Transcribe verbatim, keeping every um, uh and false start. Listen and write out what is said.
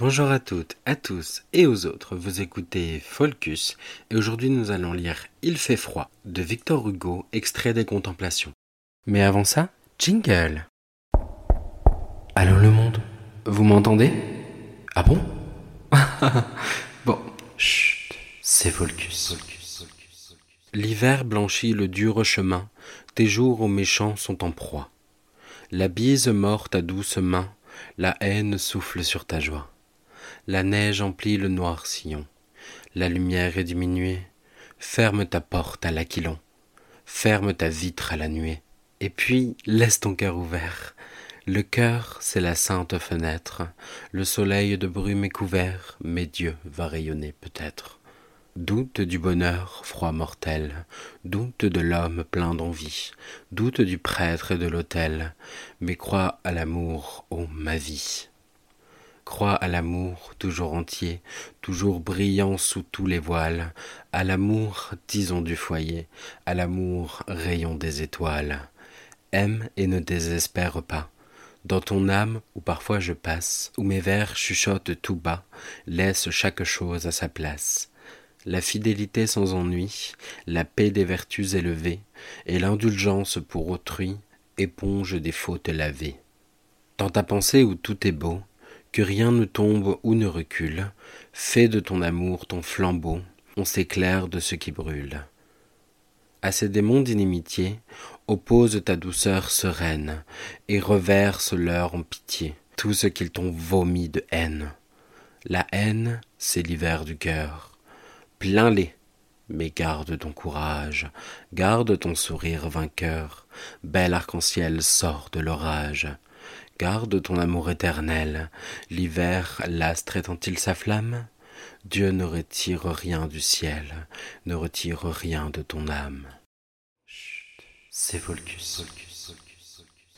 Bonjour à toutes, à tous et aux autres, vous écoutez Folcus et aujourd'hui nous allons lire Il fait froid de Victor Hugo, extrait des Contemplations. Mais avant ça, jingle. Allô le monde, vous m'entendez? Ah bon? Bon, chut, c'est Folcus. L'hiver blanchit le dur chemin, tes jours aux méchants sont en proie. La bise mord ta douce main, la haine souffle sur ta joie. La neige emplit le noir sillon, la lumière est diminuée. Ferme ta porte à l'aquilon, ferme ta vitre à la nuée. Et puis, laisse ton cœur ouvert. Le cœur, c'est la sainte fenêtre. Le soleil de brume est couvert, mais Dieu va rayonner peut-être. Doute du bonheur, froid mortel, doute de l'homme plein d'envie, doute du prêtre et de l'autel, mais crois à l'amour, ô ma vie. Crois à l'amour, toujours entier, toujours brillant sous tous les voiles, à l'amour, disons du foyer, à l'amour, rayon des étoiles. Aime et ne désespère pas. Dans ton âme, où parfois je passe, où mes vers chuchotent tout bas, laisse chaque chose à sa place. La fidélité sans ennui, la paix des vertus élevées, et l'indulgence pour autrui, éponge des fautes lavées. Dans ta pensée où tout est beau, que rien ne tombe ou ne recule, fais de ton amour ton flambeau, on s'éclaire de ce qui brûle. À ces démons d'inimitié, oppose ta douceur sereine, et reverse-leur en pitié tout ce qu'ils t'ont vomi de haine. La haine, c'est l'hiver du cœur. Plains-les, mais garde ton courage, garde ton sourire vainqueur, bel arc-en-ciel sort de l'orage. Garde ton amour éternel, l'hiver, l'astre étend-il sa flamme? Dieu ne retire rien du ciel, ne retire rien de ton âme. Chut, c'est Folcus.